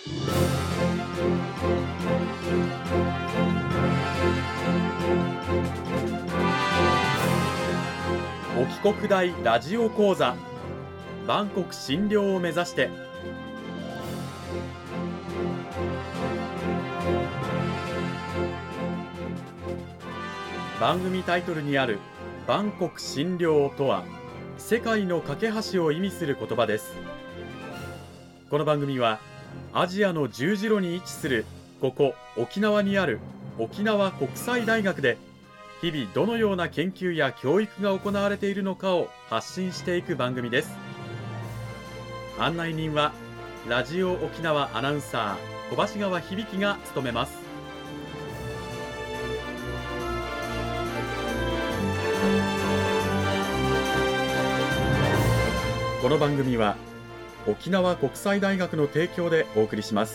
沖国大ラジオ講座、万国診療を目指して。番組タイトルにある万国診療とは、世界の架け橋を意味する言葉です。この番組はアジアの十字路に位置するここ沖縄にある沖縄国際大学で、日々どのような研究や教育が行われているのかを発信していく番組です。案内人はラジオ沖縄アナウンサー小橋川響が務めます。この番組は沖縄国際大学の提供でお送りします。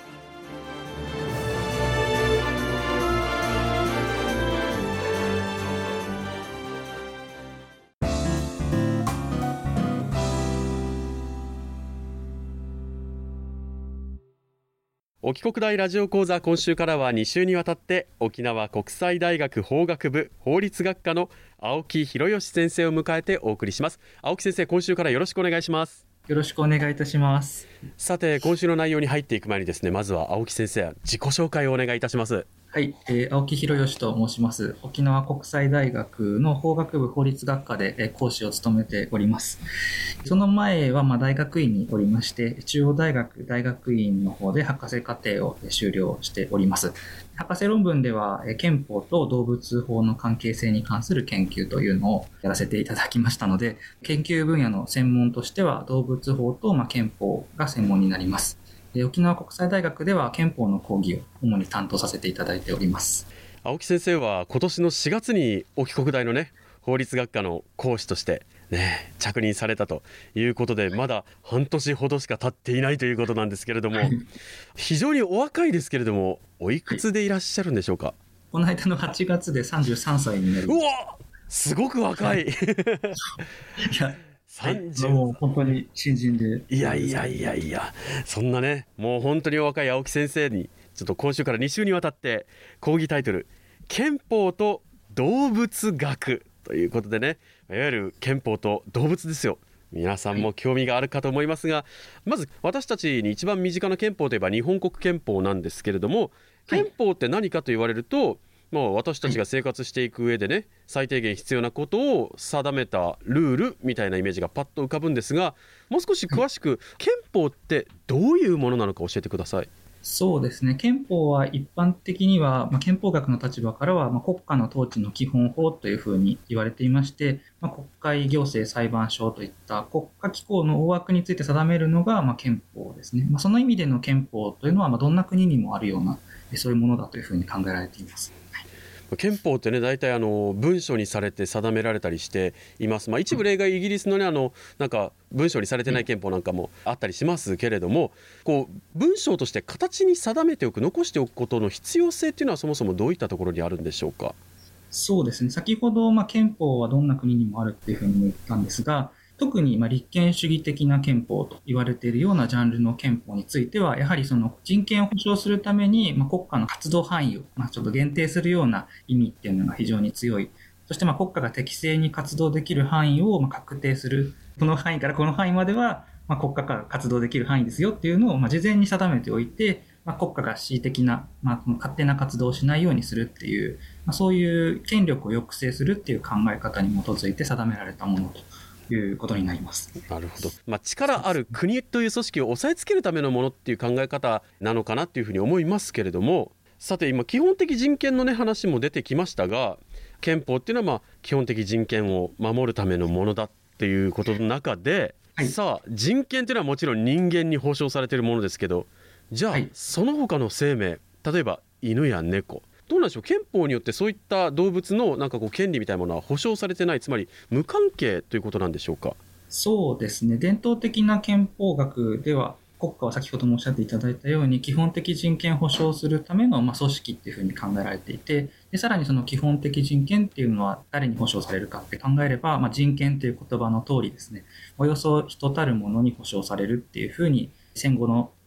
沖国大ラジオ講座、今週からは2週にわたって沖縄国際大学法学部法律学科の青木弘義先生を迎えてお送りします。青木先生、今週からよろしくお願いします。 よろしくお願いいたします。 さて、今週の内容に入っていく前にですね、まずは青木先生、自己紹介をお願いいたします。 はい、青木弘義と申します。沖縄国際大学の法学部法律学科で講師を務めております。その前は大学院におりまして、中央大学大学院の方で博士課程を修了しております。博士論文では憲法と動物法の関係性に関する研究というのをやらせていただきましたので、研究分野の専門としては動物法と憲法が専門になります。沖縄国際大学では憲法の講義を主に担当させていただいております。 青木先生は今年の4月に沖国大のね、法律学科の講師としてね、着任されたということで、まだ半年ほどしか経っていないということなんですけれども、非常にお若いですけれども、おいくつでいらっしゃるんでしょうか？ この間の8月で33歳になりました。 うわ、すごく若い。いや、もう本当に新人で。 いや、そんなね、もう本当にお若い青木先生に、ちょっと今週から2週にわたって講義タイトル、憲法と動物学ということでね、いわゆる憲法と動物ですよ。皆さんも興味があるかと思いますが、まず私たちに一番身近な憲法といえば日本国憲法なんですけれども、憲法って何かと言われると、私たちが生活していく上でね、最低限必要なことを定めたルールみたいなイメージがパッと浮かぶんですが、もう少し詳しく憲法ってどういうものなのか教えてください。 そうですね。憲法は一般的には、憲法学の立場からは、国家の統治の基本法というふうに言われていまして、国会行政裁判所といった国家機構の大枠について定めるのが、憲法ですね。その意味での憲法というのは、どんな国にもあるような、そういうものだというふうに考えられています。 憲法ってね、大体文書にされて定められたりしています。一部例外、イギリスのね、なんか文書にされてない憲法なんかもあったりしますけれども、文章として形に定めておく、残しておくことの必要性っていうのはそもそもどういったところにあるんでしょうか？ そうですね。先ほど、憲法はどんな国にもあるっていうふうに言ったんですが、特に立憲主義的な憲法と言われているようなジャンルの憲法については、やはりその人権を保障するために、国家の活動範囲をちょっと限定するような意味っていうのが非常に強い。そして国家が適正に活動できる範囲を確定する。この範囲からこの範囲までは国家が活動できる範囲ですよっていうのを事前に定めておいて、国家が恣意的な、勝手な活動をしないようにするっていう、そういう権力を抑制するっていう考え方に基づいて定められたものということになります。 なるほど。力ある国という組織を抑えつけるためのものっていう考え方なのかなっていうふうに思いますけれども、さて今基本的人権のね、話も出てきましたが、憲法っていうのは基本的人権を守るためのものだっていうことの中で、さあ人権っていうのはもちろん人間に保障されているものですけど、じゃあ、その他の生命、例えば犬や猫、どうなんでしょう。憲法によってそういった動物の権利みたいなものは保障されてない、つまり無関係ということなんでしょうか？ そうですね。伝統的な憲法学では、国家は先ほどもおっしゃっていただいたように基本的人権を保障するための組織っていうふうに考えられていて、でさらにその基本的人権っていうのは誰に保障されるかって考えれば、人権という言葉の通りですね、およそ人たるものに保障されるっていうふうに戦後の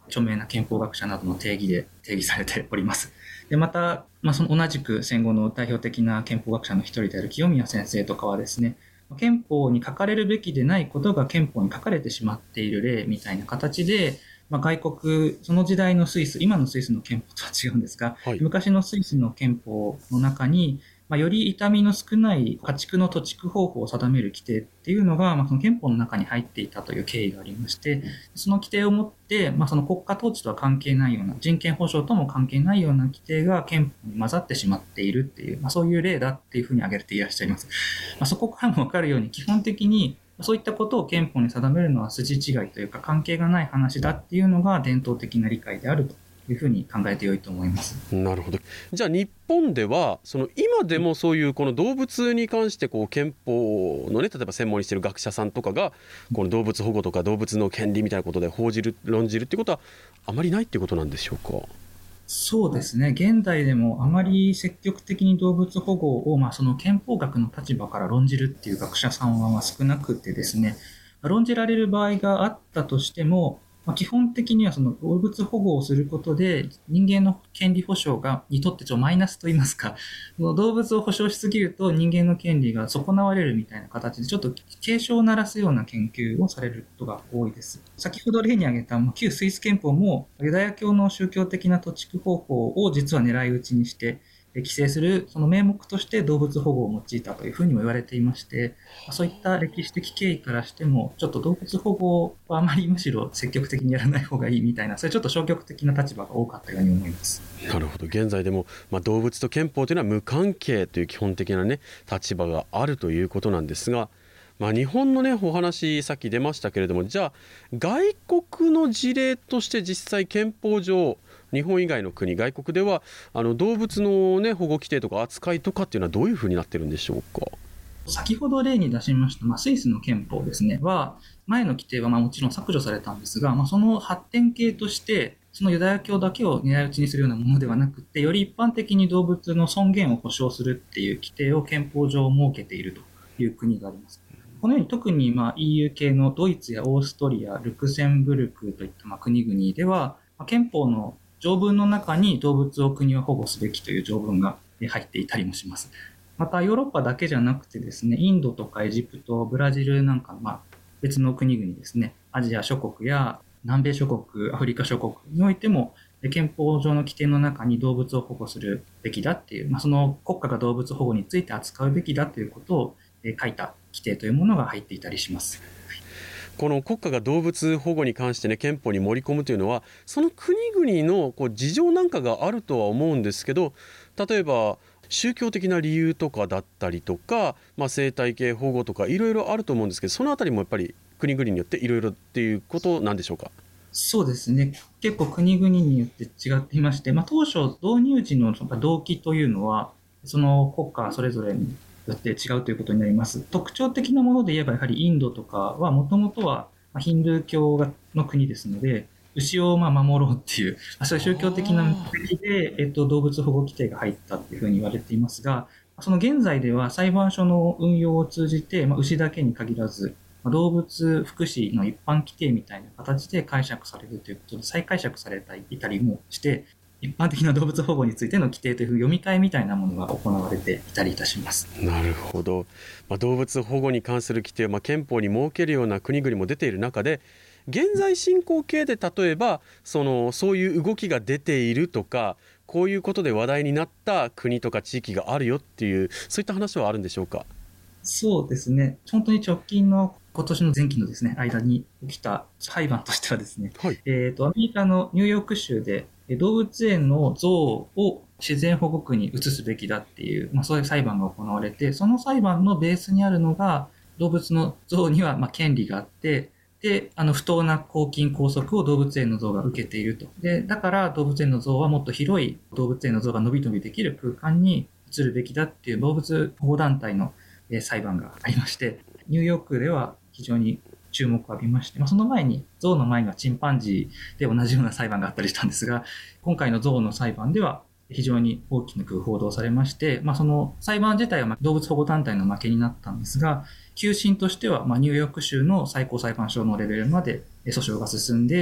著名な憲法学者などの定義で定義されております。で、また、その同じく戦後の代表的な憲法学者の一人である清宮先生とかはですね、憲法に書かれるべきでないことが憲法に書かれてしまっている例みたいな形で、外国、その時代のスイス、今のスイスの憲法とは違うんですが、 はい、 昔のスイスの憲法の中に、より痛みの少ない家畜の土地区方法を定める規定っていうのが、その憲法の中に入っていたという経緯がありまして、その規定をもって、その国家統治とは関係ないような、人権保障とも関係ないような規定が憲法に混ざってしまっているっていう、そういう例だっていうふうに挙げていらっしゃいます。そこからもわかるように、基本的にそういったことを憲法に定めるのは筋違いというか関係がない話だっていうのが伝統的な理解であるというふうに考えてよいと思います。 なるほど。じゃあ日本ではその今でもそういうこの動物に関して憲法のね、例えば専門にしている学者さんとかがこの動物保護とか動物の権利みたいなことで論じるっていうことはあまりないっていうことなんでしょうか。 そうですね。現代でもあまり積極的に動物保護を、その憲法学の立場から論じるっていう学者さんは少なくてですね、論じられる場合があったとしても、基本的にはその動物保護をすることで人間の権利保障にとってマイナスと言いますか、動物を保障しすぎると人間の権利が損なわれるみたいな形でちょっと警鐘を鳴らすような研究をされることが多いです。先ほど例に挙げた旧スイス憲法もユダヤ教の宗教的な土地区方法を実は狙い撃ちにして規制するその名目として動物保護を用いたというふうにも言われていまして、そういった歴史的経緯からしてもちょっと動物保護はあまりむしろ積極的にやらない方がいいみたいな、そういうちょっと消極的な立場が多かったように思います。 なるほど。現在でも、動物と憲法というのは無関係という基本的なね立場があるということなんですが、日本のねお話さっき出ましたけれども、じゃあ外国の事例として実際憲法上日本以外の国、外国では動物の、保護規定とか扱いとかっていうのはどういうふうになってるんでしょうか。 先ほど例に出しました、スイスの憲法ですねは、前の規定はもちろん削除されたんですが、その発展系としてそのユダヤ教だけを狙い撃ちにするようなものではなくて、より一般的に動物の尊厳を保障するっていう規定を憲法上設けているという国があります。このように特にEU 系のドイツやオーストリア、ルクセンブルクといった国々では、憲法の条文の中に動物を国は保護すべきという条文が入っていたりもします。またヨーロッパだけじゃなくてですね、インドとかエジプト、ブラジルなんか別の国々ですね、アジア諸国や南米諸国、アフリカ諸国においても憲法上の規定の中に動物を保護するべきだっていう、その国家が動物保護について扱うべきだということを書いた規定というものが入っていたりします。 この国家が動物保護に関してね憲法に盛り込むというのは、その国々の事情なんかがあるとは思うんですけど、例えば宗教的な理由とかだったりとか、生態系保護とかいろいろあると思うんですけど、そのあたりもやっぱり国々によっていろいろっていうことなんでしょうか。 そうですね。結構国々によって違っていまして、当初導入時の動機というのは、その国家それぞれによって違うということになります。特徴的なもので言えば、やはりインドとかはもともとはヒンドゥー教の国ですので、牛を守ろうっていう、そういう宗教的な目的で、動物保護規定が入ったというふうに言われていますが、その現在では裁判所の運用を通じて、牛だけに限らず、動物福祉の一般規定みたいな形で解釈されるということで再解釈されていたりもして、一般的な動物保護についての規定という読み替えみたいなものが行われていたりいたします。 なるほど。動物保護に関する規定を憲法に設けるような国々も出ている中で、現在進行形で例えばそういう動きが出ているとか、こういうことで話題になった国とか地域があるよっていう、そういった話はあるんでしょうか。 そうですね。本当に直近の今年の前期のですね、間に起きた裁判としてはですね、 はい、 アメリカのニューヨーク州で動物園の象を自然保護区に移すべきだっていう、そういう裁判が行われて、その裁判のベースにあるのが、動物の象には権利があって、で、不当な拘禁拘束を動物園の象が受けていると。で、だから動物園の象はもっと広い動物園の象が伸び伸びできる空間に移るべきだっていう動物保護団体の裁判がありまして、ニューヨークでは非常に注目を浴びまして、その前に、象の前にはチンパンジーで同じような裁判があったりしたんですが、今回の象の裁判では非常に大きく報道されまして、その裁判自体は動物保護団体の負けになったんですが、急進としてはニューヨーク州の最高裁判所のレベルまで訴訟が進んで、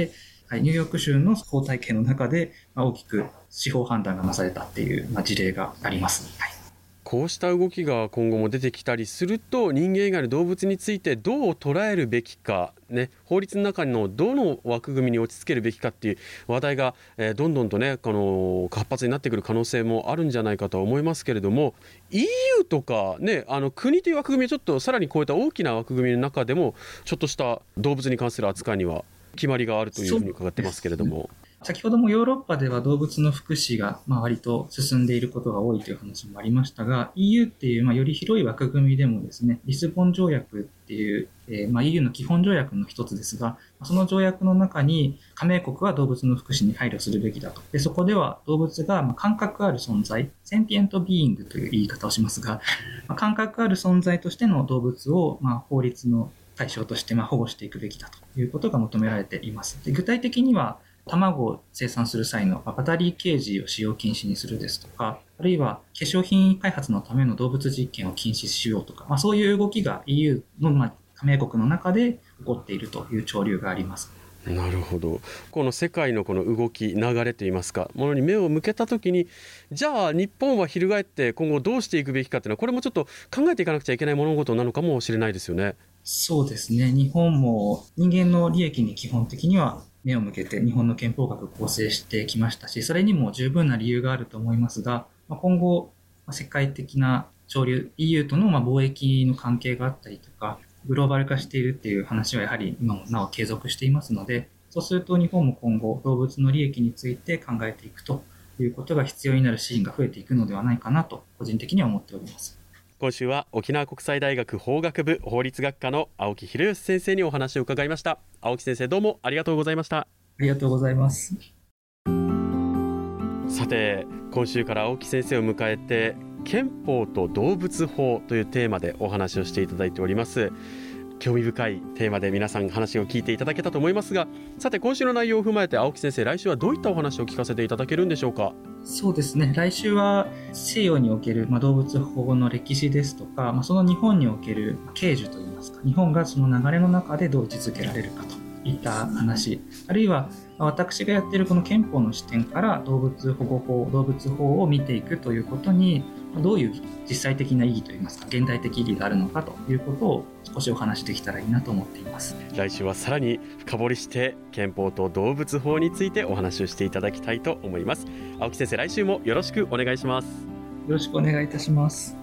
はい、ニューヨーク州の法体系の中で、大きく司法判断がなされたっていう、事例があります。はい、 こうした動きが今後も出てきたりすると、人間以外の動物についてどう捉えるべきか、ね、法律の中のどの枠組みに落ち着けるべきかっていう話題が、どんどんとね活発になってくる可能性もあるんじゃないかとは思いますけれども、 EU とか、ね、国という枠組みをちょっとさらに超えた大きな枠組みの中でもちょっとした動物に関する扱いには決まりがあるというふうに伺ってますけれども。 先ほどもヨーロッパでは動物の福祉が割と進んでいることが多いという話もありましたが、 EU っていうより広い枠組みでもですね、リスボン条約っていう、EU の基本条約の一つですが、その条約の中に加盟国は動物の福祉に配慮するべきだと。で、そこでは動物が感覚ある存在、センティエントビーイングという言い方をしますが、感覚ある存在としての動物を法律の対象として保護していくべきだということが求められています。で、具体的には卵を生産する際のバタリーケージを使用禁止にするですとか、あるいは化粧品開発のための動物実験を禁止しようとか、そういう動きが EU の加盟国の中で起こっているという潮流があります。 なるほど。この世界のこの動き、流れといいますか、ものに目を向けたときに、じゃあ日本は翻って今後どうしていくべきかというのは、これもちょっと考えていかなくちゃいけない物事なのかもしれないですよね。 そうですね。日本も人間の利益に基本的には目を向けて日本の憲法学を構成してきましたし、それにも十分な理由があると思いますが、今後世界的な潮流、EU との貿易の関係があったりとか、グローバル化しているっていう話はやはり今もなお継続していますので、そうすると日本も今後動物の利益について考えていくということが必要になるシーンが増えていくのではないかなと個人的には思っております。 今週は沖縄国際大学法学部法律学科の青木博義先生にお話を伺いました。青木先生、どうもありがとうございました。 ありがとうございます。 さて、今週から青木先生を迎えて、憲法と動物法というテーマでお話をしていただいております。興味深いテーマで皆さん話を聞いていただけたと思いますが、さて今週の内容を踏まえて青木先生、来週はどういったお話を聞かせていただけるんでしょうか。 そうですね、来週は西洋における動物保護の歴史ですとか、その日本における啓示といいますか、日本がその流れの中でどう位置づけられるかといった話、あるいは私がやっているこの憲法の視点から動物保護法、動物法を見ていくということにどういう実際的な意義といいますか、現代的意義があるのかということを少しお話しできたらいいなと思っています。 来週はさらに深掘りして憲法と動物法についてお話をしていただきたいと思います。青木先生、来週もよろしくお願いします。 よろしくお願いいたします。